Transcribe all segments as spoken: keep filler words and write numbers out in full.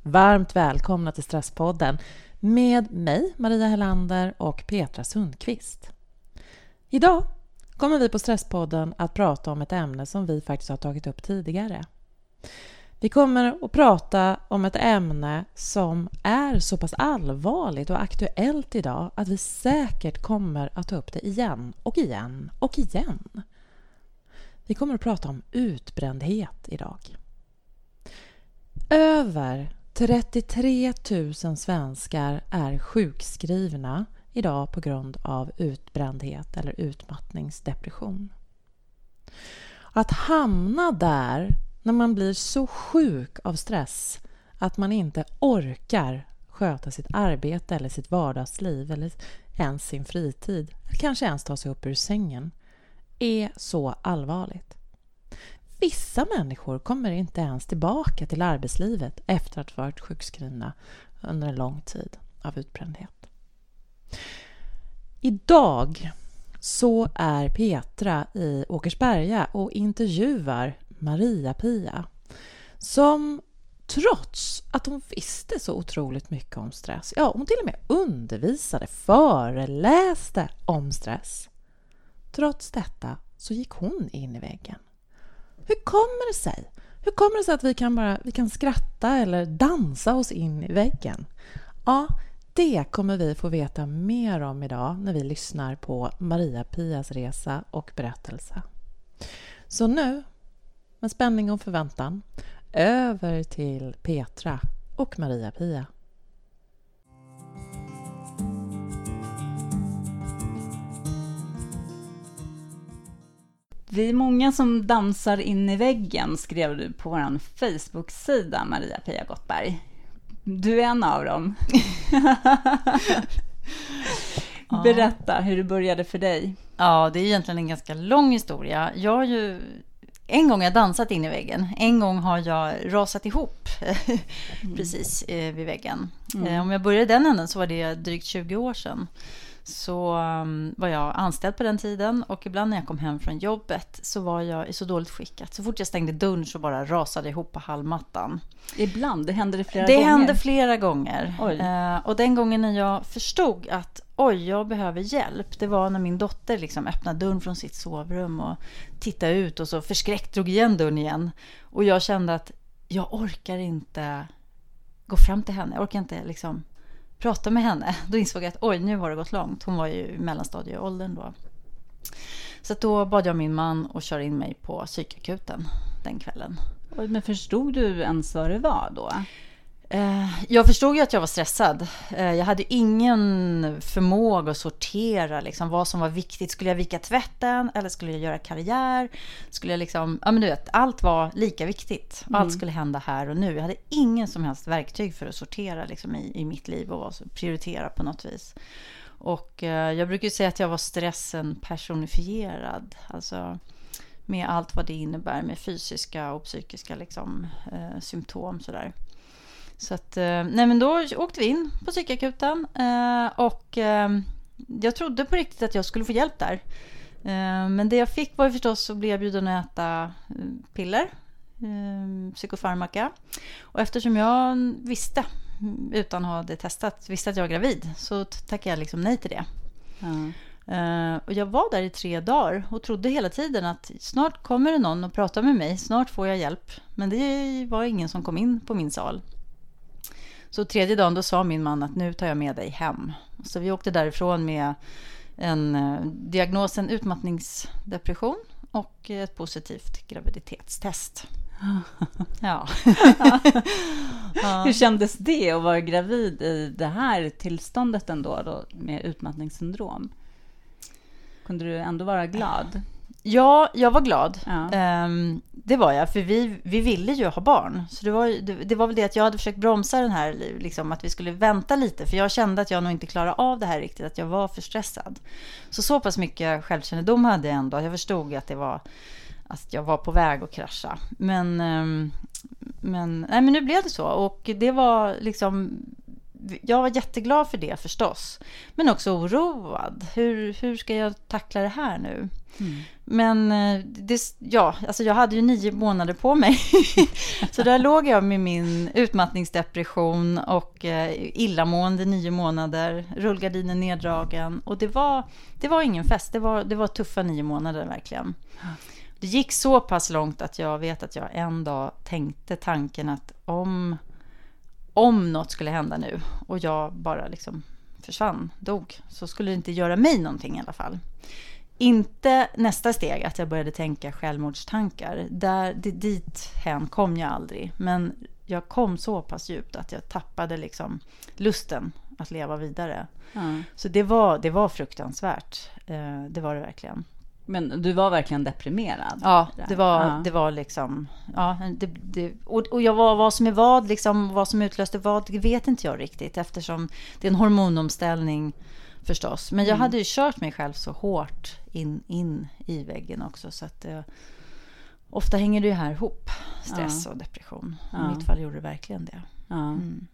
Varmt välkomna till Stresspodden med mig, Maria Hellander och Petra Sundqvist. Idag kommer vi på Stresspodden att prata om ett ämne som vi faktiskt har tagit upp tidigare. Vi kommer att prata om ett ämne som är så pass allvarligt och aktuellt idag att vi säkert kommer att ta upp det igen och igen och igen. Vi kommer att prata om utbrändhet idag. Över trettiotre tusen svenskar är sjukskrivna idag på grund av utbrändhet eller utmattningsdepression. Att hamna där när man blir så sjuk av stress att man inte orkar sköta sitt arbete eller sitt vardagsliv eller ens sin fritid, eller kanske ens ta sig upp ur sängen, är så allvarligt. Vissa människor kommer inte ens tillbaka till arbetslivet efter att ha varit sjukskrivna under en lång tid av utbrändhet. Idag så är Petra i Åkersberga och intervjuar Maria-Pia som trots att hon visste så otroligt mycket om stress, ja hon till och med undervisade, föreläste om stress. Trots detta så gick hon in i väggen. Hur kommer det sig? Hur kommer det sig att vi kan bara vi kan skratta eller dansa oss in i väggen? Ja, det kommer vi få veta mer om idag när vi lyssnar på Maria-Pias resa och berättelse. Så nu, med spänning och förväntan, över till Petra och Maria-Pia. Vi är många som dansar in i väggen, skrev du på vår Facebook-sida, Maria-Pia Gottberg. Du är en av dem. Berätta hur det började för dig. Ja, det är egentligen en ganska lång historia. Jag har ju en gång har jag dansat in i väggen. En gång har jag rasat ihop mm. precis eh, vid väggen. Mm. Eh, om jag började den änden så var det drygt tjugo år sedan. Så um, var jag anställd på den tiden och ibland när jag kom hem från jobbet så var jag i så dåligt skick att så fort jag stängde dörren så bara rasade jag ihop på halmmattan. Ibland? Det hände det flera det gånger? Det hände flera gånger. Uh, och den gången när jag förstod att oj, jag behöver hjälp, det var när min dotter liksom öppnade dörren från sitt sovrum och tittade ut och så förskräckt drog igen dörren igen. Och jag kände att jag orkar inte gå fram till henne, jag orkar inte liksom prata med henne. Då insåg jag att oj, nu har det gått långt. Hon var ju i mellanstadieåldern då. Så att då bad jag min man att köra in mig på psykakuten den kvällen. Men förstod du ens vad det var då? Jag förstod ju att jag var stressad. Jag hade ingen förmåga att sortera liksom, vad som var viktigt. Skulle jag vika tvätten eller skulle jag göra karriär? Skulle jag liksom, ja men du vet, allt var lika viktigt. Allt mm. skulle hända här och nu. Jag hade ingen som helst verktyg för att sortera liksom, i, i mitt liv och prioritera på något vis. Och eh, jag brukar ju säga att jag var stressen personifierad. Alltså med allt vad det innebär med fysiska och psykiska liksom, eh, symptom sådär. Så att, nej men då åkte vi in på psykakuten eh, och eh, jag trodde på riktigt att jag skulle få hjälp där. Eh, men det jag fick var ju förstås så blev jag bjuden att äta piller, eh, psykofarmaka. Och eftersom jag visste, utan att ha det testat, visste att jag var gravid så tackade jag liksom nej till det. Mm. Uh, och jag var där i tre dagar och trodde hela tiden att snart kommer det någon och pratar med mig, snart får jag hjälp. Men det var ingen som kom in på min sal. Så tredje dagen då sa min man att nu tar jag med dig hem. Så vi åkte därifrån med en uh, diagnos, en utmattningsdepression och ett positivt graviditetstest. Ja. Hur kändes det att vara gravid i det här tillståndet ändå då, med utmattningssyndrom? Kunde du ändå vara glad? Ja, jag var glad. Ja. Um, det var jag, för vi, vi ville ju ha barn. Så det var, det, det var väl det att jag hade försökt bromsa den här, liksom, att vi skulle vänta lite. För jag kände att jag nog inte klarade av det här riktigt, att jag var för stressad. Så så pass mycket självkännedom hade jag ändå. Jag förstod att det var att jag var på väg att krascha. Men, um, men, nej, men nu blev det så. Och det var liksom jag var jätteglad för det förstås. Men också oroad. Hur, hur ska jag tackla det här nu? Mm. Men det, ja, alltså jag hade ju nio månader på mig. Så där låg jag med min utmattningsdepression och eh, illamående nio månader. Rullgardinen neddragen. Och det var, det var ingen fest. Det var, det var tuffa nio månader verkligen. Det gick så pass långt att jag vet att jag en dag tänkte tanken att om, om något skulle hända nu och jag bara liksom försvann, dog, så skulle det inte göra mig någonting i alla fall. Inte nästa steg att jag började tänka självmordstankar. Där, dit hän kom jag aldrig. Men jag kom så pass djupt att jag tappade liksom lusten att leva vidare. Mm. Så det var, det var fruktansvärt. Eh, det var det verkligen. Men du var verkligen deprimerad? Ja, det var, ja. det var liksom... Ja, det, det, och, och jag var vad som är vad, liksom, vad som utlöste vad, det vet inte jag riktigt. Eftersom det är en hormonomställning förstås. Men jag mm. hade ju kört mig själv så hårt in, in i väggen också. Så att det, ofta hänger det ju här ihop. Stress ja. och depression. Ja. I mitt fall gjorde det verkligen det. Ja. Mm.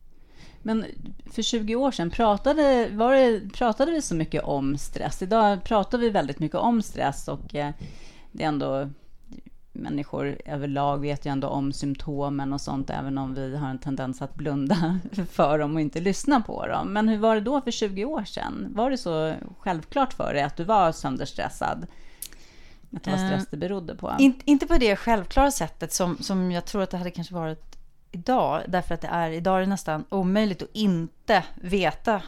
Men för tjugo år sedan pratade, var det, pratade vi så mycket om stress. Idag pratar vi väldigt mycket om stress och eh, det är ändå... Människor överlag vet ju ändå om symptomen och sånt, även om vi har en tendens att blunda för dem och inte lyssna på dem. Men hur var det då för tjugo år sedan? Var det så självklart för dig att du var sönderstressad? Att det var stress det berodde på? In, inte på det självklara sättet som, som jag tror att det hade kanske varit idag. Därför att det är, idag är det nästan omöjligt att inte veta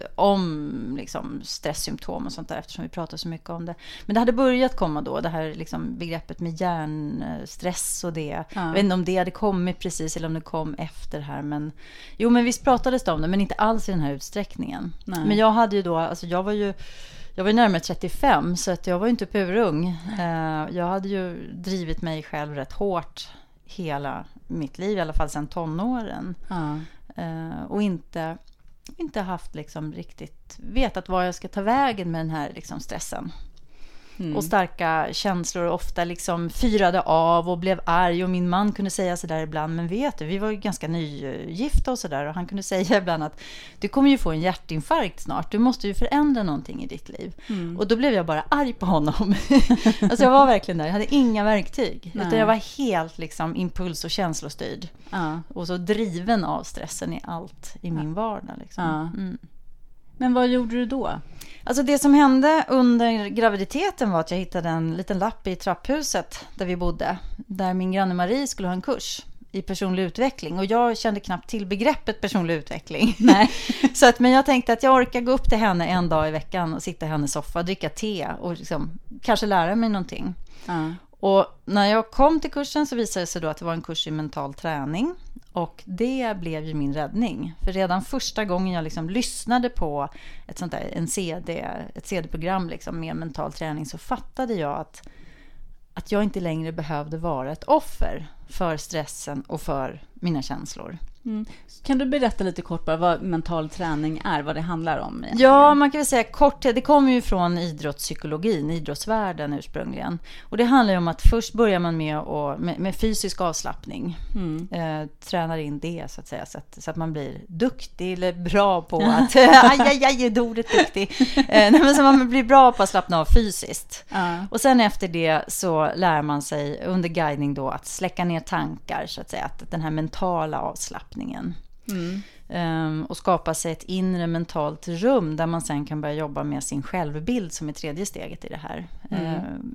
om liksom, stresssymptom och sånt där, eftersom vi pratar så mycket om det. Men det hade börjat komma då, det här liksom, begreppet med hjärnstress och det. Ja. Jag vet inte om det hade kommit precis eller om det kom efter här. Men, jo, men visst pratades det om det, men inte alls i den här utsträckningen. Nej. Men jag hade ju då, alltså jag var ju Jag var ju närmare trettiofem, så att jag var ju inte purung. Jag hade ju drivit mig själv rätt hårt hela mitt liv, i alla fall sedan tonåren. Ja. Uh, och inte, inte haft liksom riktigt vetat var jag ska ta vägen med den här liksom stressen. Mm. Och starka känslor, ofta liksom fyrade av och blev arg, och min man kunde säga så där ibland, men vet du, vi var ju ganska nygifta och så där, och han kunde säga ibland att du kommer ju få en hjärtinfarkt snart, du måste ju förändra någonting i ditt liv. Mm. Och då blev jag bara arg på honom. Alltså jag var verkligen där, jag hade inga verktyg. Nej. Utan jag var helt liksom impuls- och känslostyrd. Ja. Och så driven av stressen i allt i min vardag liksom. Ja. Mm. Men vad gjorde du då? Alltså det som hände under graviditeten var att jag hittade en liten lapp i trapphuset där vi bodde. Där min granne Marie skulle ha en kurs i personlig utveckling. Och jag kände knappt till begreppet personlig utveckling. Nej. Så att, men jag tänkte att jag orkar gå upp till henne en dag i veckan och sitta i hennes soffa, dricka te och liksom, kanske lära mig någonting. Mm. Och när jag kom till kursen så visade det sig då att det var en kurs i mental träning. Och det blev ju min räddning. För redan första gången jag liksom lyssnade på ett sånt där, en C D, ett C D-program liksom med mental träning, så fattade jag att, att jag inte längre behövde vara ett offer för stressen och för mina känslor. Mm. Kan du berätta lite kort bara vad mental träning är, vad det handlar om egentligen? Ja, man kan väl säga kort, det kommer ju från idrottspsykologin, idrottsvärlden ursprungligen. Och det handlar ju om att först börjar man med, och, med, med fysisk avslappning. Mm. Eh, tränar in det så att säga, så att, så att man blir duktig eller bra på att, aj, aj, aj, är ordet duktig. Eh, nej, men så man blir bra på att slappna av fysiskt. Uh. Och sen efter det så lär man sig under guidning då att släcka ner tankar, så att säga, att den här mentala avslappningen. Mm. Um, och skapa sig ett inre mentalt rum där man sen kan börja jobba med sin självbild, som är tredje steget i det här. Mm. Um,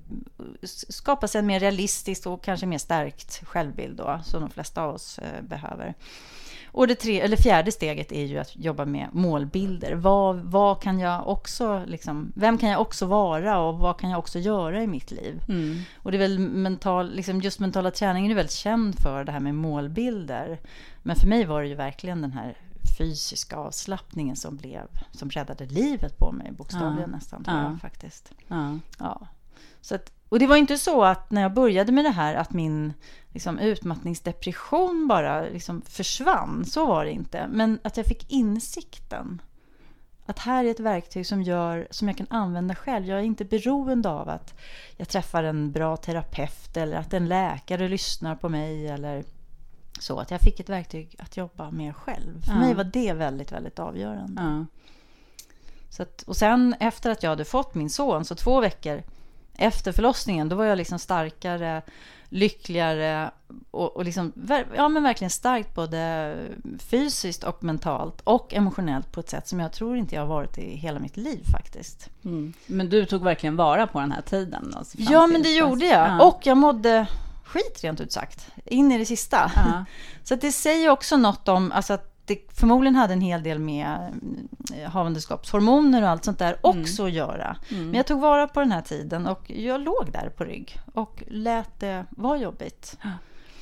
skapa sig en mer realistisk och kanske mer stärkt självbild då, som de flesta av oss uh, behöver. Och det tre, eller fjärde steget är ju att jobba med målbilder. Vad, vad kan jag också, liksom, vem kan jag också vara och vad kan jag också göra i mitt liv? Mm. Och det är väl mental, liksom just mentala träningen är väldigt känd för det här med målbilder. Men för mig var det ju verkligen den här fysiska avslappningen som blev, som räddade livet på mig bokstavligen ja. nästan, tror jag ja. faktiskt. Ja. Ja. Så att, och det var inte så att när jag började med det här att min liksom, utmattningsdepression bara liksom, försvann. Så var det inte. Men att jag fick insikten att här är ett verktyg som, gör, som jag kan använda själv. Jag är inte beroende av att jag träffar en bra terapeut eller att en läkare lyssnar på mig eller Så att jag fick ett verktyg att jobba mer själv. För Ja. mig var det väldigt, väldigt avgörande. Ja. Så att, och sen efter att jag hade fått min son, så två veckor efter förlossningen, då var jag liksom starkare, lyckligare och, och liksom, ja, men verkligen starkt både fysiskt och mentalt och emotionellt på ett sätt som jag tror inte jag har varit i hela mitt liv faktiskt. Mm. Men du tog verkligen vara på den här tiden? Alltså, Ja, men det gjorde jag. Ja. Och jag mådde skit rent ut sagt, in i det sista. Ja. Så att det säger också något om, alltså att det förmodligen hade en hel del med havandeskapshormoner och allt sånt där också mm. att göra. Mm. Men jag tog vara på den här tiden och jag låg där på rygg och lät det vara jobbigt. Mm.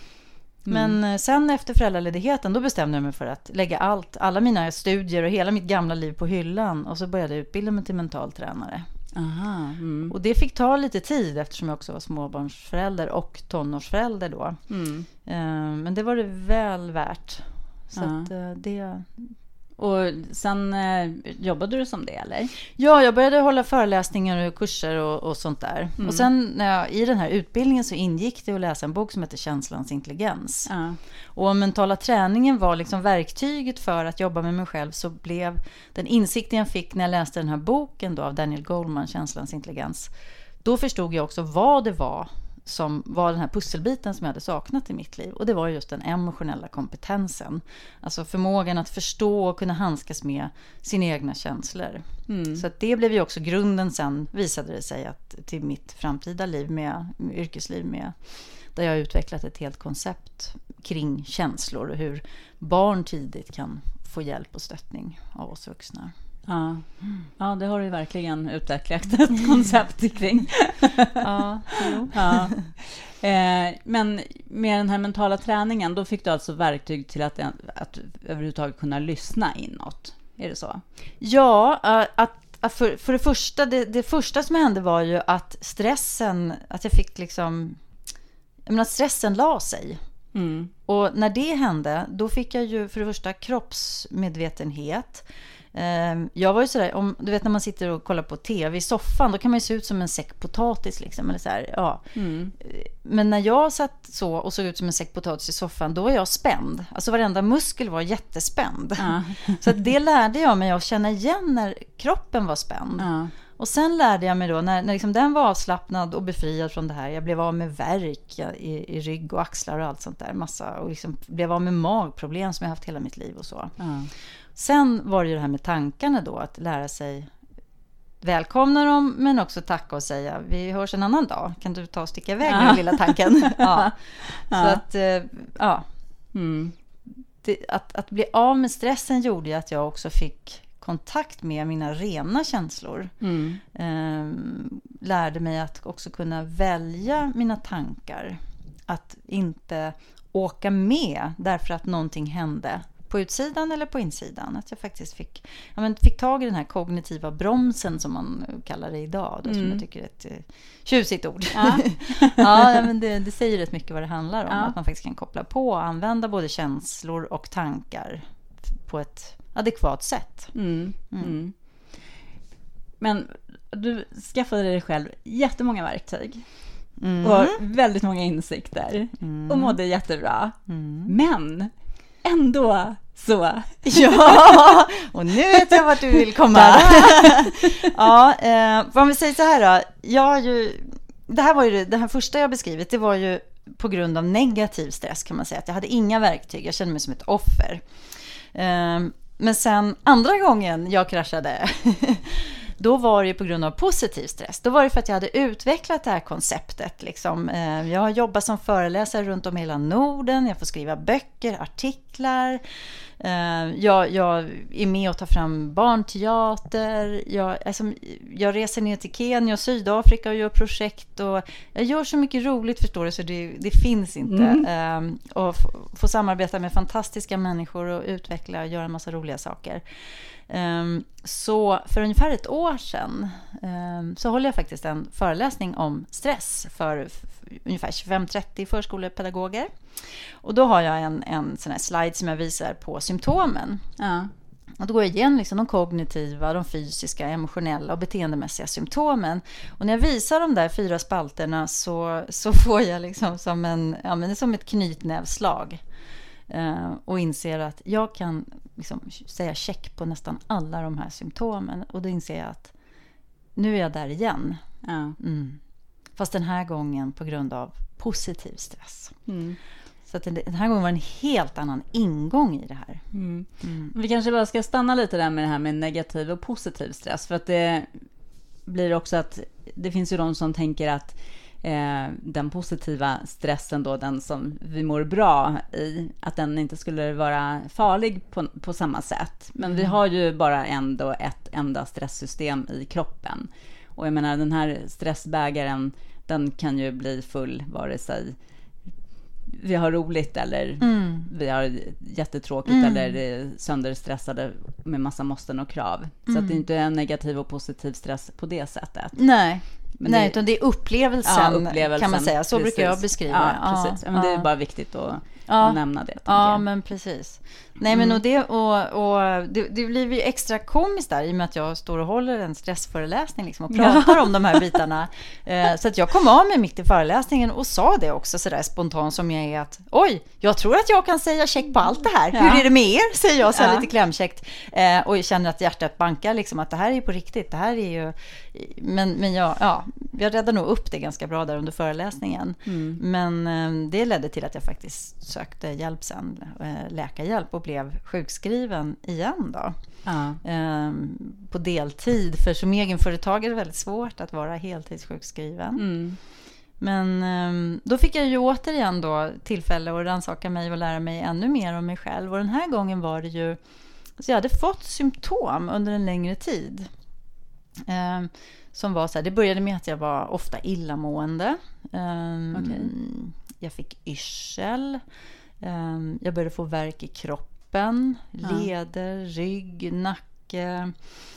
Men sen efter föräldraledigheten, då bestämde jag mig för att lägga allt, alla mina studier och hela mitt gamla liv på hyllan, och så började jag utbilda mig till mental tränare. Aha, mm. Och det fick ta lite tid eftersom jag också var småbarnsförälder och tonårsförälder då. Mm. Men det var det väl värt. Så ja. att det... Och sen eh, jobbade du som det, eller? Ja, jag började hålla föreläsningar och kurser och, och sånt där. Mm. Och sen när jag, i den här utbildningen så ingick det att läsa en bok som heter Känslans intelligens. Ja. Och mentala träningen var liksom verktyget för att jobba med mig själv, så blev den insikten jag fick när jag läste den här boken då av Daniel Goleman, Känslans intelligens. Då förstod jag också vad det var som var den här pusselbiten som jag hade saknat i mitt liv. Och det var just den emotionella kompetensen. Alltså förmågan att förstå och kunna handskas med sina egna känslor. Mm. Så att det blev ju också grunden sen, visade det sig, att till mitt framtida liv med, med yrkesliv med, där jag har utvecklat ett helt koncept kring känslor och hur barn tidigt kan få hjälp och stöttning av oss vuxna. Ja, ja, det har du verkligen utvecklat ett koncept kring. Ja, jo. Ja. Eh, men med den här mentala träningen, då fick du alltså verktyg till att, att överhuvudtaget kunna lyssna inåt. Är det så? Ja, att, att för, för det första, det, det första som hände var ju att stressen, att jag fick liksom, jag menar, stressen la sig. Mm. Och när det hände, då fick jag ju för det första kroppsmedvetenhet. Jag var ju sådär, om, du vet när man sitter och kollar på tv i soffan, då kan man ju se ut som en säck potatis liksom, eller så här, ja. Mm. Men när jag satt så och såg ut som en säck potatis i soffan, då var jag spänd. Alltså varenda muskel var jättespänd. Ja. Så att det lärde jag mig att känna igen när kroppen var spänd. Ja. Och sen lärde jag mig då, när, när liksom den var avslappnad och befriad från det här, jag blev av med värk i, i rygg och axlar och allt sånt där, massa, och liksom blev av med magproblem som jag haft hela mitt liv och så. Ja. Sen var det ju det här med tankarna då, att lära sig välkomna dem, men också tacka och säga, vi hörs en annan dag, kan du ta och sticka iväg ja. den lilla tanken? Ja. Ja. Så att, ja. Mm. Det, att, att bli av med stressen gjorde ju att jag också fick kontakt med mina rena känslor. Mm. Ehm, lärde mig att också kunna välja mina tankar. Att inte åka med därför att någonting hände på utsidan eller på insidan. Att jag faktiskt fick, ja, men fick tag i den här kognitiva bromsen som man kallar det idag. Då, mm. som jag tycker är ett uh, tjusigt ord. Ja. Ja, men det, det säger rätt mycket vad det handlar om. Ja. Att man faktiskt kan koppla på och använda både känslor och tankar på ett adekvat sätt. Mm. Mm. Mm. Men du skaffade dig själv jättemånga verktyg. Mm. Och väldigt många insikter. Mm. Och mådde jättebra. Mm. Men ändå så. Ja, och nu vet jag vart du vill komma. Ja, eh, om vi säger så här då. Jag har ju, det här var ju det här första jag beskrivit. Det var ju på grund av negativ stress, kan man säga. Att jag hade inga verktyg. Jag kände mig som ett offer. Eh, men sen andra gången jag kraschade, då var det ju på grund av positiv stress. Då var det för att jag hade utvecklat det här konceptet. Liksom. Jag har jobbat som föreläsare runt om i hela Norden. Jag får skriva böcker, artiklar. Jag, jag är med och tar fram barnteater. Jag, alltså, jag reser ner till Kenya och Sydafrika och gör projekt. Och jag gör så mycket roligt, förstår du, så det, det finns inte. Mm. Och f- få samarbeta med fantastiska människor och utveckla och göra en massa roliga saker. Um, så för ungefär ett år sedan um, så håller jag faktiskt en föreläsning om stress för f- ungefär tjugofem trettio förskolepedagoger. Och då har jag en, en sån här slide som jag visar på symptomen. Ja. Och då går jag igen liksom de kognitiva, de fysiska, emotionella och beteendemässiga symptomen. Och när jag visar de där fyra spalterna så, så får jag liksom som, en, ja, men det är som ett knytnävslag. Eh, och inser att jag kan liksom säga check på nästan alla de här symptomen. Och då inser jag att nu är jag där igen. Ja. Mm. Fast den här gången på grund av positiv stress. Mm. Så att den här gången var en helt annan ingång i det här. Mm. Mm. Vi kanske bara ska stanna lite där med det här med negativ och positiv stress. För att det blir också att det finns ju de som tänker att eh, den positiva stressen då, den som vi mår bra i, att den inte skulle vara farlig på, på samma sätt. Men mm. vi har ju bara ändå ett enda stresssystem i kroppen. Och jag menar, den här stressbägaren, den kan ju bli full vare sig vi har roligt eller mm. vi har jättetråkigt mm. eller sönderstressade med massa måsten och krav. Så mm. att det är inte en negativ och positiv stress på det sättet. Nej, men Nej det, utan det är upplevelsen, ja, upplevelsen kan man säga. Så precis. brukar jag beskriva ja, det. Precis. Ja, men ja. Det är bara viktigt att, ja. att nämna det. Ja, jag. men precis. Nej, men och det, och, och det, det blir ju extra komiskt där i och med att jag står och håller en stressföreläsning liksom, och pratar ja. om de här bitarna. Eh, så att jag kom av mig mitt i föreläsningen och sa det också sådär spontant som jag är att oj, jag tror att jag kan säga check på allt det här. Ja. Hur är det med er? Säger jag så här ja. lite klämkäckt. Eh, och jag känner att hjärtat bankar liksom, att det här är ju på riktigt. Det här är ju... Men, men jag, ja, jag räddade nog upp det ganska bra där under föreläsningen. Mm. Men eh, det ledde till att jag faktiskt sökte hjälp sen, eh, läkarhjälp, och blev sjukskriven igen då. Ja. Ehm, på deltid, för som egenföretagare är det väldigt svårt att vara heltidssjukskriven. Mm. Men ehm, då fick jag ju återigen då tillfälle att rannsaka mig och lära mig ännu mer om mig själv. Och den här gången var det ju, så jag hade fått symptom under en längre tid. Ehm, som var så här, det började med att jag var ofta illamående. Ehm, okay. Jag fick yrsel. Ehm, jag började få värk i kroppen, ja. leder, rygg, nacke.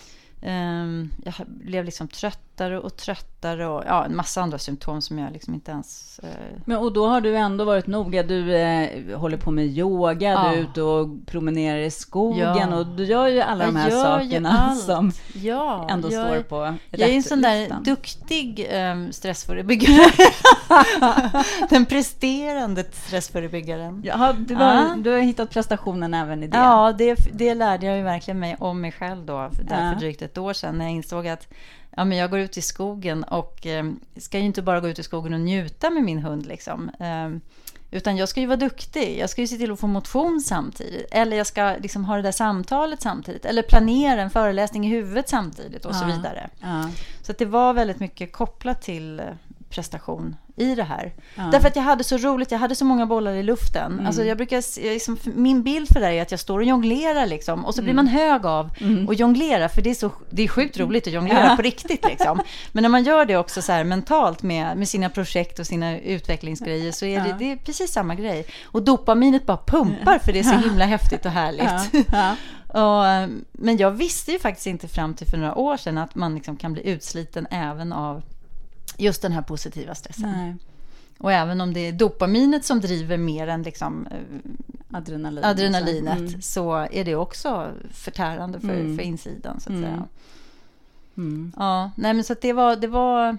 Um, jag blev liksom tröttare och tröttare och ja, en massa andra symptom som jag liksom inte ens... Uh... Men och då har du ändå varit noga. Du eh, håller på med yoga, ja. du är ute och promenerar i skogen ja. och du gör ju alla jag de här sakerna som ja, ändå jag, står på rätt Jag är en sån där listan. duktig um, stressförebyggare. Den presterande stressförebyggaren. Ja, du, har, ja. du har hittat prestationen även i det. Ja, det, det lärde jag ju verkligen mig om mig själv då, för, ja. för drygt ett år sedan när jag insåg att ja, men jag går ut i skogen och eh, ska ju inte bara gå ut i skogen och njuta med min hund liksom. Eh, utan jag ska ju vara duktig. Jag ska ju se till att få motion samtidigt. Eller jag ska liksom ha det där samtalet samtidigt. Eller planera en föreläsning i huvudet samtidigt och ja. så vidare. Ja. Så att det var väldigt mycket kopplat till prestation i det här. Ja. Därför att jag hade så roligt, jag hade så många bollar i luften. Mm. Alltså jag brukar, jag liksom, min bild för det är att jag står och jonglerar liksom, och så mm. blir man hög av mm. att jonglera, för det är, så, det är sjukt roligt att jonglera ja. på riktigt liksom. Men när man gör det också så här mentalt med, med sina projekt och sina utvecklingsgrejer, så är det, ja. det är precis samma grej. Och dopaminet bara pumpar för det är så himla häftigt och härligt. Ja. Ja. och, men jag visste ju faktiskt inte fram till för några år sedan att man liksom kan bli utsliten även av just den här positiva stressen. Nej. Och även om det är dopaminet som driver mer än liksom Adrenalin, adrenalinet mm. så är det också förtärande för, mm. för insidan så att mm. säga. Mm. Ja, nej men så att det var det var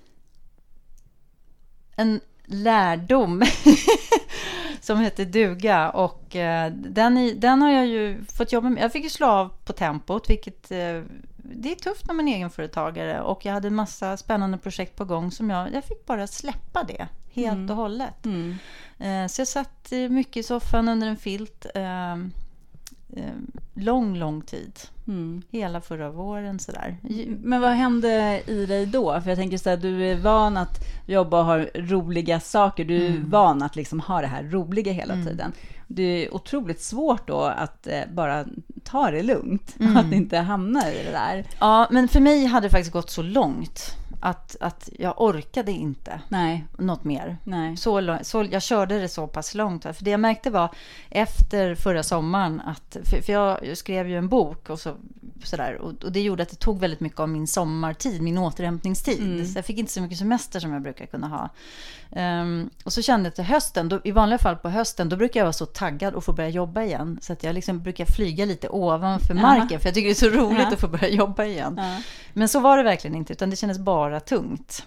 en lärdom som heter duga, och eh, den, den har jag ju fått jobba med. Jag fick ju slå av på tempot, vilket eh, det är tufft när man är egenföretagare, och jag hade en massa spännande projekt på gång som jag, jag fick bara släppa det helt mm. och hållet. Mm. Eh, så jag satt mycket i soffan under en filt eh, eh, lång, lång tid. Mm. Hela förra våren sådär. Men vad hände i dig då? För jag tänker så här, du är van att jobba och ha roliga saker. Du är mm. van att liksom ha det här roliga hela mm. tiden. Det är otroligt svårt då att eh, bara ta det lugnt. Mm. Att inte hamna i det där. Ja, men för mig hade det faktiskt gått så långt att, att jag orkade inte Nej. något mer. Nej. Så, så, jag körde det så pass långt. För det jag märkte var efter förra sommaren att, för, för jag skrev ju en bok och så, sådär, och, och det gjorde att det tog väldigt mycket av min sommartid, min återhämtningstid. Mm. Så jag fick inte så mycket semester som jag brukar kunna ha. Um, och så kände jag till hösten, då, i vanliga fall på hösten, då brukar jag vara så taggad och få börja jobba igen. Så att jag liksom brukar flyga lite ovanför marken, ja. för jag tycker det är så roligt ja. att få börja jobba igen. Ja. Men så var det verkligen inte, utan det kändes bara tungt.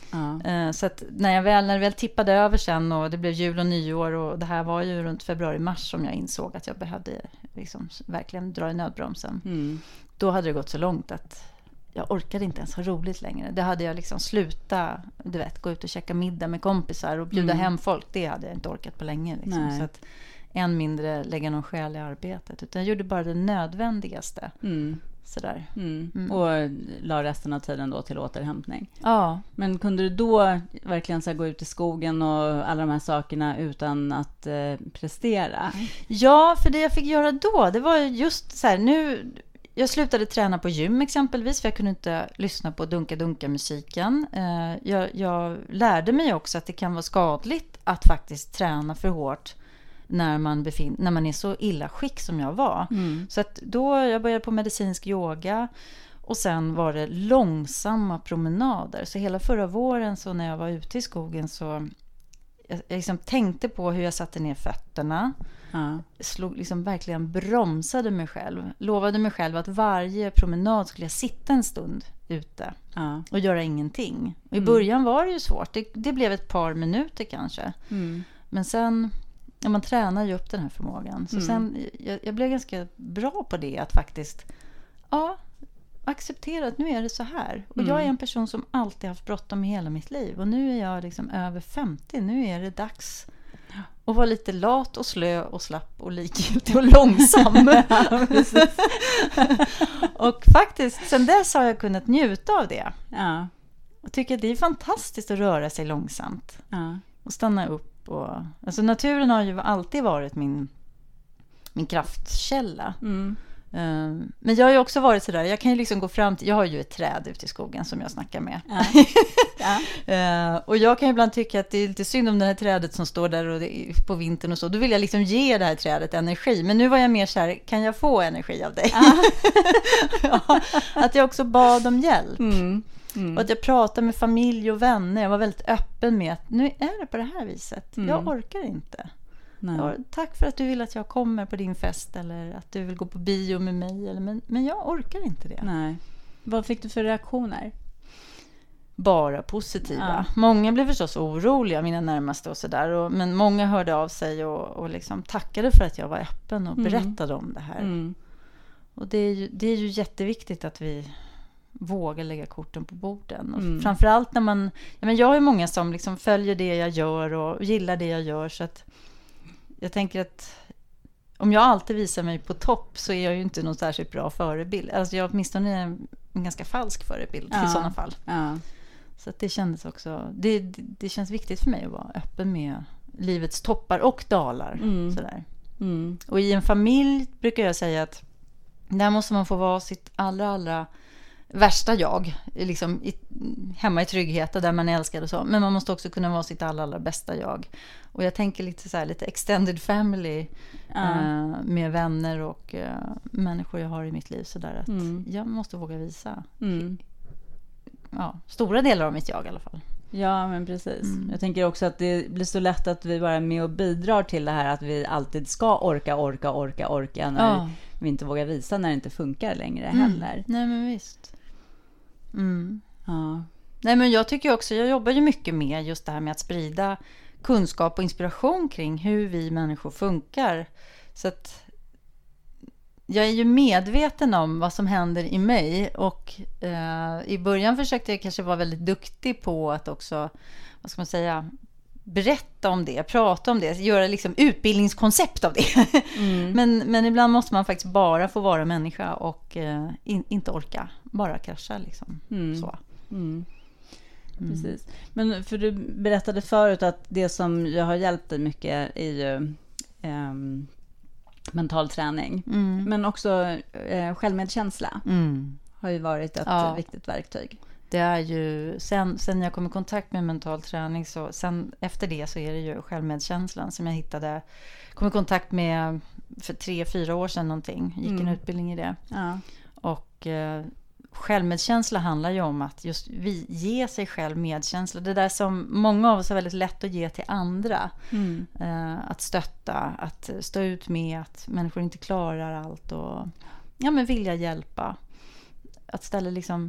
Ja. Eh, så att när jag väl, när det väl tippade över sen och det blev jul och nyår och det här var ju runt februari-mars som jag insåg att jag behövde liksom verkligen dra i nödbromsen. Mm. Då hade det gått så långt att jag orkade inte ens ha roligt längre. Det hade jag liksom sluta, du vet, gå ut och käka middag med kompisar och bjuda Mm. hem folk. Det hade jag inte orkat på länge. Liksom. Nej. Så att än mindre lägga någon själ i arbetet. Utan jag gjorde bara det nödvändigaste. Mm. Sådär. Mm. Mm. Och la resten av tiden då till återhämtning. Ja. Men kunde du då verkligen så här gå ut i skogen och alla de här sakerna utan att eh, prestera? Ja, för det jag fick göra då, det var just så här, nu... Jag slutade träna på gym exempelvis, för jag kunde inte lyssna på dunka-dunka-musiken. Eh, jag, jag lärde mig också att det kan vara skadligt att faktiskt träna för hårt när man, befin- när man är så illa skick som jag var. Mm. Så att då jag började på medicinsk yoga och sen var det långsamma promenader. Så hela förra våren så när jag var ute i skogen så jag, jag liksom tänkte på hur jag satte ner fötterna. Ja. Slog, liksom verkligen bromsade mig själv. Lovade mig själv att varje promenad skulle jag sitta en stund ute Ja. och göra ingenting. Och i Mm. början var det ju svårt. Det, det blev ett par minuter kanske. Mm. Men sen, ja, man tränar ju upp den här förmågan. Så Mm. sen, jag, jag blev ganska bra på det. Att faktiskt, ja, acceptera att nu är det så här. Och Mm. jag är en person som alltid haft bråttom i hela mitt liv. Och nu är jag liksom över femtio. Nu är det dags att vara lite lat och slö och slapp och likgiltig och långsam. Och faktiskt, sen dess har jag kunnat njuta av det. Ja. Och tycker att det är fantastiskt att röra sig långsamt. Ja. Och stanna upp. Och, alltså naturen har ju alltid varit min, min kraftkälla. Mm. Um, men jag har ju också varit sådär, jag kan ju liksom gå fram till, jag har ju ett träd ute i skogen som jag snackar med. Ja. Ja. Uh, och jag kan ju ibland tycka att det är lite synd om det här trädet som står där och det är på vintern och så. Då vill jag liksom ge det här trädet energi. Men nu var jag mer så här, kan jag få energi av dig? Ja. Ja, att jag också bad om hjälp. Mm. Mm. Och att jag pratade med familj och vänner. Jag var väldigt öppen med att nu är det på det här viset. Mm. Jag orkar inte. Nej. Ja, tack för att du vill att jag kommer på din fest eller att du vill gå på bio med mig. Eller, men, men jag orkar inte det. Nej. Vad fick du för reaktioner? Bara positiva. Ja. Många blev förstås oroliga, mina närmaste och sådär. Men många hörde av sig och, och liksom tackade för att jag var öppen och Mm. berättade om det här. Mm. Och det är, ju, det är ju jätteviktigt att vi vågar lägga korten på borden. Och Mm. framförallt när man... Ja, men jag har ju många som liksom följer det jag gör och gillar det jag gör. Så att jag tänker att om jag alltid visar mig på topp så är jag ju inte någon särskilt bra förebild. Alltså jag åtminstone är en ganska falsk förebild Ja. i sådana fall. Ja. Så att det kändes också... Det, det, det känns viktigt för mig att vara öppen med livets toppar och dalar. Mm. Sådär. Mm. Och i en familj brukar jag säga att där måste man få vara sitt allra, allra värsta jag. Liksom i, hemma i trygghet och där man är älskad och så. Men man måste också kunna vara sitt allra, allra bästa jag. Och jag tänker lite så här, lite extended family Ja. eh, med vänner och eh, människor jag har i mitt liv. Så där att Mm. jag måste våga visa Mm. ja, stora delar av mitt jag i alla fall. Ja, men precis. Mm. Jag tänker också att det blir så lätt att vi bara är med och bidrar till det här att vi alltid ska orka, orka, orka, orka när Ja. vi inte vågar visa när det inte funkar längre heller. Mm. Nej, men visst. Mm. Ja. Nej, men jag tycker också, jag jobbar ju mycket med just det här med att sprida kunskap och inspiration kring hur vi människor funkar. Så att jag är ju medveten om vad som händer i mig och eh, i början försökte jag kanske vara väldigt duktig på att också, vad ska man säga, berätta om det, prata om det, göra liksom utbildningskoncept av det. Mm. men, men ibland måste man faktiskt bara få vara människa och eh, in, inte orka, bara krascha liksom. Mm. Så. Mm. Mm. Precis. Men för du berättade förut att det som jag har hjälpt dig mycket är ju ehm, mental träning. Mm. Men också eh, självmedkänsla Mm. har ju varit ett Ja. viktigt verktyg. Det är ju, sen, sen jag kom i kontakt med mental träning, så sen efter det så är det ju självmedkänslan som jag hittade, kom i kontakt med för tre, fyra år sedan någonting, gick Mm. en utbildning i det. Ja. Och eh, självmedkänsla handlar ju om att just vi ge sig själv medkänsla. Det där som många av oss har väldigt lätt att ge till andra. Mm. Eh, att stötta, att stå ut med att människor inte klarar allt och ja, men vilja hjälpa. Att ställa liksom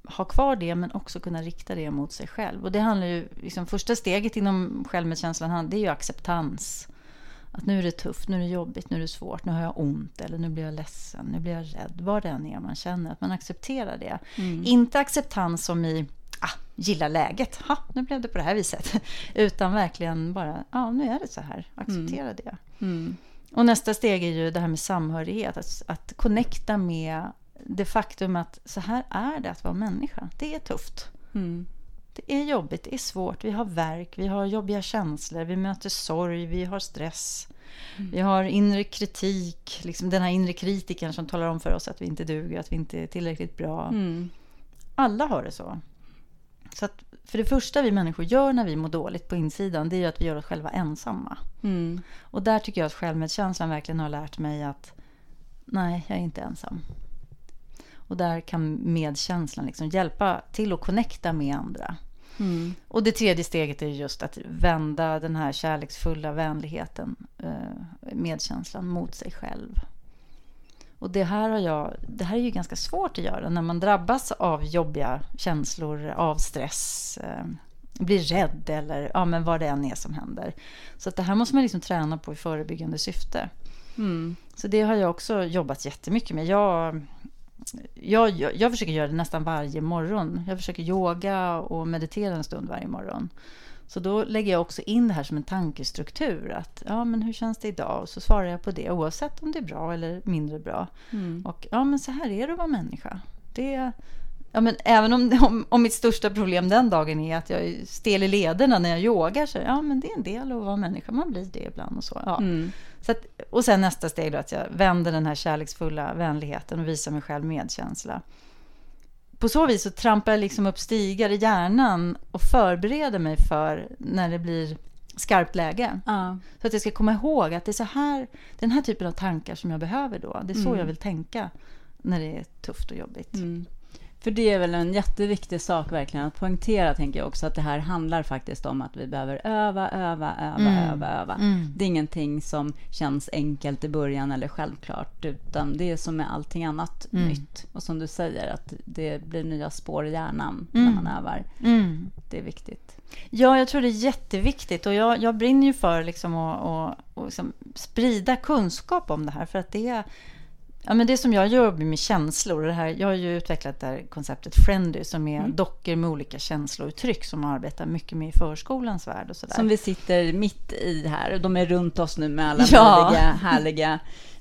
ha kvar det, men också kunna rikta det mot sig själv. Och det handlar ju, liksom, första steget inom självmedkänslan, det är ju acceptans. Att nu är det tufft, nu är det jobbigt, nu är det svårt, nu har jag ont, eller nu blir jag ledsen, nu blir jag rädd. Vad det än är man känner, att man accepterar det. Mm. Inte acceptans som i, ah, gilla läget, ha, nu blev det på det här viset. Utan verkligen bara, ja, nu är det så här, acceptera mm. det. Mm. Och nästa steg är ju det här med samhörighet, att, att connecta med det faktum att så här är det att vara människa. Det är tufft. Mm. Det är jobbigt, det är svårt. Vi har värk, vi har jobbiga känslor, vi möter sorg, vi har stress. Mm. Vi har inre kritik, liksom den här inre kritiken som talar om för oss att vi inte duger, att vi inte är tillräckligt bra. Mm. Alla har det så. Så att för det första vi människor gör när vi mår dåligt på insidan, det är ju att vi gör oss själva ensamma. Mm. Och där tycker jag att självmedkänslan verkligen har lärt mig att nej, jag är inte ensam. Och där kan medkänslan liksom hjälpa till att connecta med andra. Mm. Och det tredje steget är just att vända den här kärleksfulla vänligheten, medkänslan mot sig själv. Och det här, har jag, det här är ju ganska svårt att göra när man drabbas av jobbiga känslor, av stress, blir rädd eller ja, men vad det än är som händer. Så att det här måste man liksom träna på i förebyggande syfte. Mm. Så det har jag också jobbat jättemycket med. Jag... Jag, jag, jag försöker göra det nästan varje morgon. Jag försöker yoga och meditera en stund varje morgon. Så då lägger jag också in det här som en tankestruktur. Att, ja, men hur känns det idag? Och så svarar jag på det oavsett om det är bra eller mindre bra. Mm. Och ja, men så här är det att vara människa. Det, ja, men även om, om, om mitt största problem den dagen är att jag är stel i lederna när jag yogar. Så ja, men det är en del av att vara människa. Man blir det ibland och så. Ja. Mm. Så att, och sen nästa steg då att jag vänder den här kärleksfulla vänligheten och visar mig själv medkänsla. På så vis så trampar jag liksom upp stigar i hjärnan och förbereder mig för när det blir skarpt läge. Ja. Så att jag ska komma ihåg att det är så här, den här typen av tankar som jag behöver då. Det är så mm. jag vill tänka när det är tufft och jobbigt. Mm. För det är väl en jätteviktig sak verkligen att poängtera, tänker jag också, att det här handlar faktiskt om att vi behöver öva, öva, öva, mm. öva, öva. Mm. Det är ingenting som känns enkelt i början eller självklart, utan det är som med allting annat mm. nytt. Och som du säger, att det blir nya spår i hjärnan mm. när man övar. Mm. Det är viktigt. Ja, jag tror det är jätteviktigt och jag, jag brinner ju för liksom att och, och liksom sprida kunskap om det här, för att det är ja, men det som jag gör med känslor, det här, jag har ju utvecklat det här konceptet Friendly som är mm. dockor med olika känslouttryck som man arbetar mycket med i förskolans värld och sådär. Som vi sitter mitt i här, de är runt oss nu med alla ja. möjliga härliga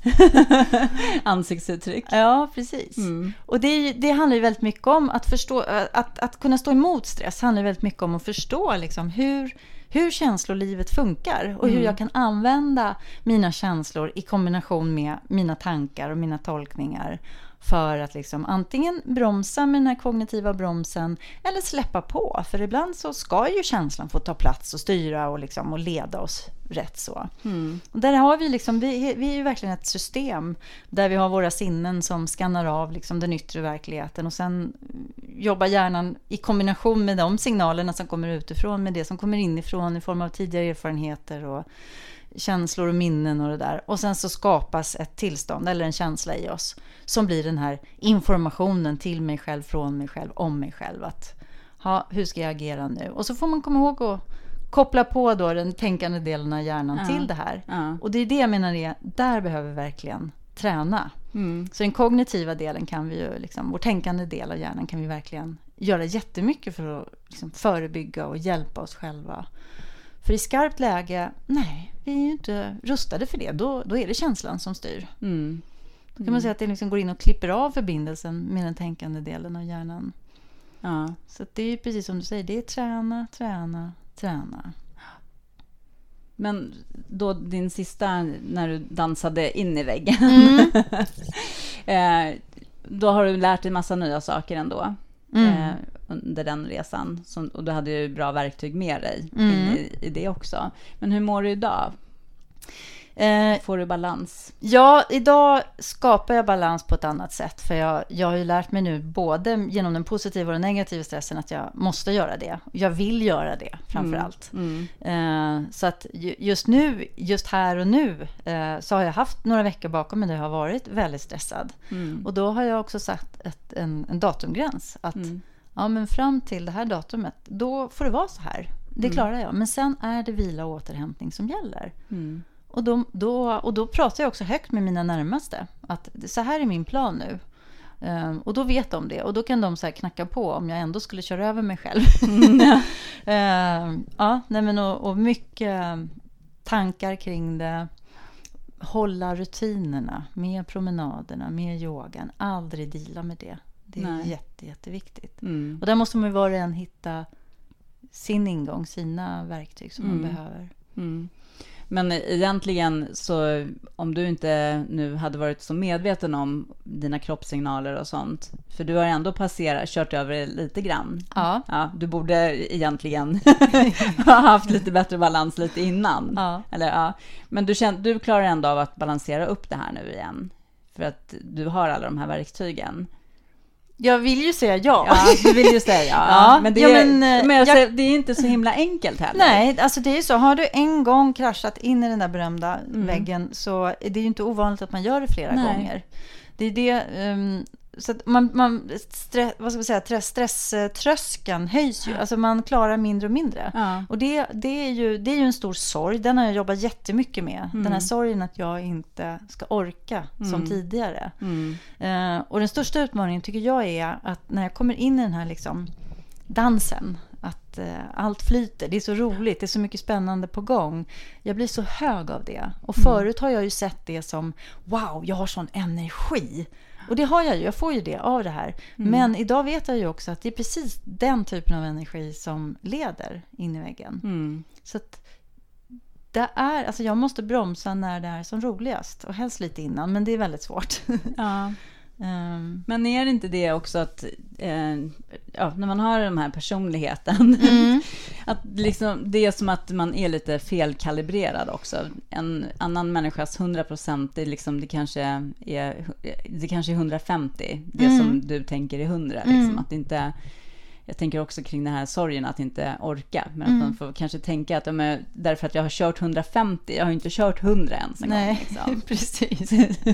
ansiktsuttryck. Ja, precis. Mm. Och det, det handlar ju väldigt mycket om att förstå, att, att kunna stå emot stress handlar väldigt mycket om att förstå liksom hur hur känslolivet funkar och hur mm. jag kan använda mina känslor i kombination med mina tankar och mina tolkningar för att liksom antingen bromsa med den här kognitiva bromsen eller släppa på. För ibland så ska ju känslan få ta plats och styra och, liksom, och leda oss rätt så. Mm. Och där har vi liksom, vi, vi är ju verkligen ett system där vi har våra sinnen som skannar av liksom den yttre verkligheten och sen jobbar hjärnan i kombination med de signalerna som kommer utifrån med det som kommer inifrån i form av tidigare erfarenheter och känslor och minnen och det där. Och sen så skapas ett tillstånd eller en känsla i oss som blir den här informationen till mig själv, från mig själv, om mig själv. Att, ha, hur ska jag agera nu? Och så får man komma ihåg att koppla på då den tänkande delen av hjärnan ja. till det här. Ja. Och det är det jag menar är, där behöver vi verkligen träna. Mm. Så den kognitiva delen kan vi ju, liksom, vår tänkande del av hjärnan kan vi verkligen göra jättemycket för att liksom, förebygga och hjälpa oss själva. För i skarpt läge, nej, vi är ju inte rustade för det. Då, då är det känslan som styr. Mm. Då kan mm. man säga att det liksom går in och klipper av förbindelsen med den tänkande delen av hjärnan. Ja. Så att det är ju precis som du säger, det är träna, träna, träna. Men då din sista, när du dansade in i väggen, mm. eh, då har du lärt dig massa nya saker ändå. Mm. Eh, under den resan som, och du hade ju bra verktyg med dig mm. in i, i det också. Men hur mår du idag? Eh, Får du balans? Ja, idag skapar jag balans på ett annat sätt. För jag, jag har ju lärt mig nu både genom den positiva och den negativa stressen att jag måste göra det. Jag vill göra det framförallt. Mm. Mm. Eh, så att just nu, just här och nu eh, så har jag haft några veckor bakom mig där jag har varit väldigt stressad. Mm. Och då har jag också satt ett, en, en datumgräns att mm. ja men fram till det här datumet, då får det vara så här. Det Mm. klarar jag. Men sen är det vila och återhämtning som gäller. Mm. Och då, då, och då pratar jag också högt med mina närmaste. Att så här är min plan nu. Um, och då vet de det. Och då kan de så här knacka på om jag ändå skulle köra över mig själv. Mm. um, ja, nej men och, och mycket tankar kring det. Hålla rutinerna med promenaderna, med yogan. Aldrig deala med det. Det är Nej. jätte, jätteviktigt. Mm. Och där måste man ju var och en hitta sin ingång, sina verktyg som Mm. man behöver. Mm. Men egentligen så om du inte nu hade varit så medveten om dina kroppssignaler och sånt, för du har ändå passerat, kört över det lite grann. Ja. Ja, du borde egentligen ha haft lite bättre balans lite innan. Ja. Eller, ja. Men du, känner, du klarar ändå av att balansera upp det här nu igen. För att du har alla de här verktygen. Jag vill ju säga ja. Ja, du vill ju säga ja. Ja, men det, ja, är, men, men jag jag- säger, det är inte så himla enkelt heller. Nej, alltså det är ju så. Har du en gång kraschat in i den där berömda Mm. väggen så är det ju inte ovanligt att man gör det flera Nej. gånger. Det är det... Um, så att man, man stress, vad ska man säga, stress, stresströskeln höjs ju. Alltså man klarar mindre och mindre. Ja. Och det, det, är ju, det är ju en stor sorg. Den har jag jobbat jättemycket med. Mm. Den här sorgen att jag inte ska orka som Mm. tidigare. Mm. Eh, och den största utmaningen tycker jag är att när jag kommer in i den här liksom dansen, att eh, allt flyter, det är så roligt, det är så mycket spännande på gång. Jag blir så hög av det. Och förut har jag ju sett det som, wow, jag har sån energi. Och det har jag ju, jag får ju det av det här. Mm. Men idag vet jag ju också att det är precis den typen av energi som leder in i väggen. Mm. Så att det är, alltså jag måste bromsa när det är som roligast. Och helst lite innan, men det är väldigt svårt. Ja. um, Men är det inte det också att eh, ja, när man har den här personligheten mm. att liksom, det är som att man är lite felkalibrerad också. En annan människas hundra procent det, liksom, det, kanske är, det kanske är hundrafemtio det Mm. som du tänker är hundra. Liksom, Mm. att inte, jag tänker också kring den här sorgen att inte orka. Men Mm. att man får kanske tänka att ja, men, därför att jag har kört hundrafemtio jag har inte kört hundra ens en Nej, gång. Liksom. precis.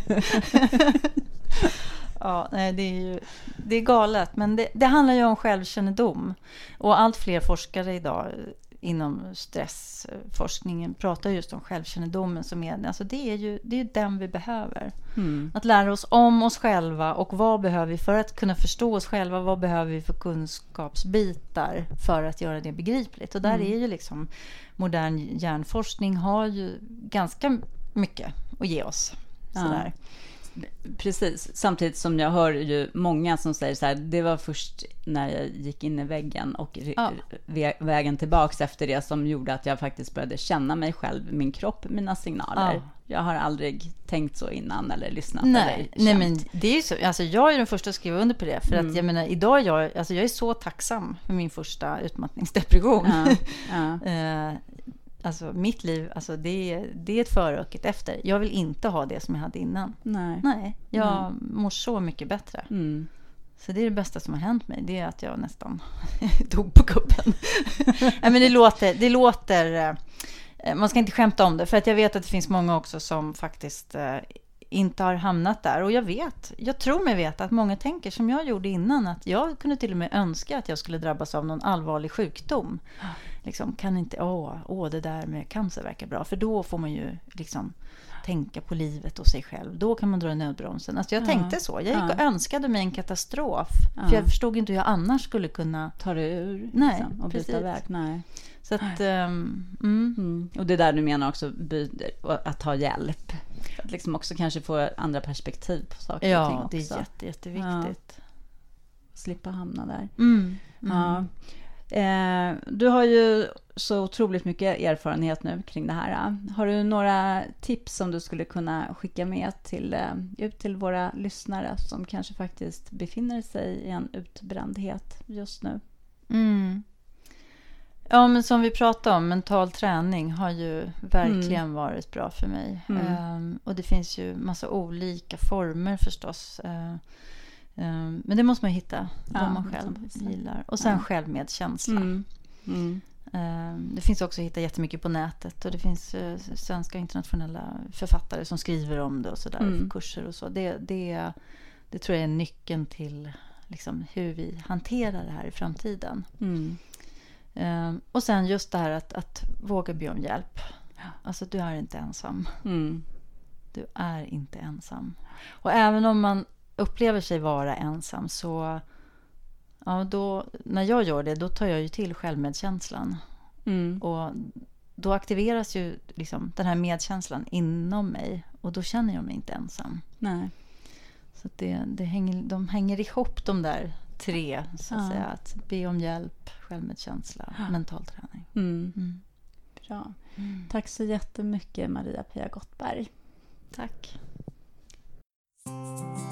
Ja, nej, det är ju det är galet, men det, det handlar ju om självkännedom. Och allt fler forskare idag inom stressforskningen pratar just om självkännedomen som är, alltså det är ju det är ju den vi behöver. Mm. Att lära oss om oss själva och vad behöver vi för att kunna förstå oss själva, vad behöver vi för kunskapsbitar för att göra det begripligt. Och där Mm. är ju liksom modern hjärnforskning har ju ganska mycket att ge oss. Ja. Sådär. Precis, samtidigt som jag hör ju många som säger så här, det var först när jag gick in i väggen och Ja. vä- vägen tillbaks efter det som gjorde att jag faktiskt började känna mig själv, min kropp, mina signaler. Ja. Jag har aldrig tänkt så innan eller lyssnat Nej, eller nej känt. men det är ju så, alltså jag är den första att skriva under på det för Mm. att jag menar idag är jag, alltså jag är så tacksam för min första utmattningsdepression. Ja, ja. eh, alltså mitt liv, alltså det är, det är ett före och ett efter. Jag vill inte ha det som jag hade innan. Nej. Nej, jag Nej. mår så mycket bättre. Mm. Så det är det bästa som har hänt mig. Det är att jag nästan dog på kuppen. Nej, men det låter, det låter eh, man ska inte skämta om det. För att jag vet att det finns många också som faktiskt eh, inte har hamnat där. Och jag vet, jag tror mig veta att många tänker som jag gjorde innan. Att jag kunde till och med önska att jag skulle drabbas av någon allvarlig sjukdom. Liksom, kan inte, åh, åh, det där med cancer verkar bra. För då får man ju liksom tänka på livet och sig själv. Då kan man dra i nödbromsen. Alltså jag Ja. tänkte så. Jag gick Ja. och önskade mig en katastrof. Ja. För jag förstod inte hur jag annars skulle kunna. Ta det ur Nej, liksom, och byta precis. väg. Nej. Så att, um, mm. Mm. Och det är där du menar också by- att ta hjälp. För att liksom också kanske få andra perspektiv på saker och ting Ja, också. det är jätte, jätteviktigt. Slippa hamna där. Mm. Mm. Ja. Eh, du har ju så otroligt mycket erfarenhet nu kring det här. Har du några tips som du skulle kunna skicka med till, eh, ut till våra lyssnare som kanske faktiskt befinner sig i en utbrändhet just nu? Mm. Ja, men som vi pratade om, mental träning har ju verkligen mm. varit bra för mig. Mm. Um, och det finns ju massa olika former förstås. Uh, um, men det måste man hitta, vad ja, man själv gillar. Och sen ja. självmedkänsla. Mm. Mm. Um, det finns också att hitta jättemycket på nätet. Och det finns uh, svenska internationella författare som skriver om det och sådär. Mm. Kurser och så. Det, det, det tror jag är nyckeln till liksom, hur vi hanterar det här i framtiden. Mm. Um, och sen just det här att, att våga be om hjälp. Alltså du är inte ensam. Mm. Du är inte ensam. Och även om man upplever sig vara ensam så ja, då, när jag gör det då tar jag ju till självmedkänslan. Mm. Och då aktiveras ju liksom den här medkänslan inom mig och då känner jag mig inte ensam. Nej. Så att det, det hänger, de hänger ihop de där tre så att Ja. säga. Att be om hjälp, självmedkänsla, Ja. mental träning. Mm. Mm. Bra. Mm. Tack så jättemycket Maria-Pia Gottberg. Tack.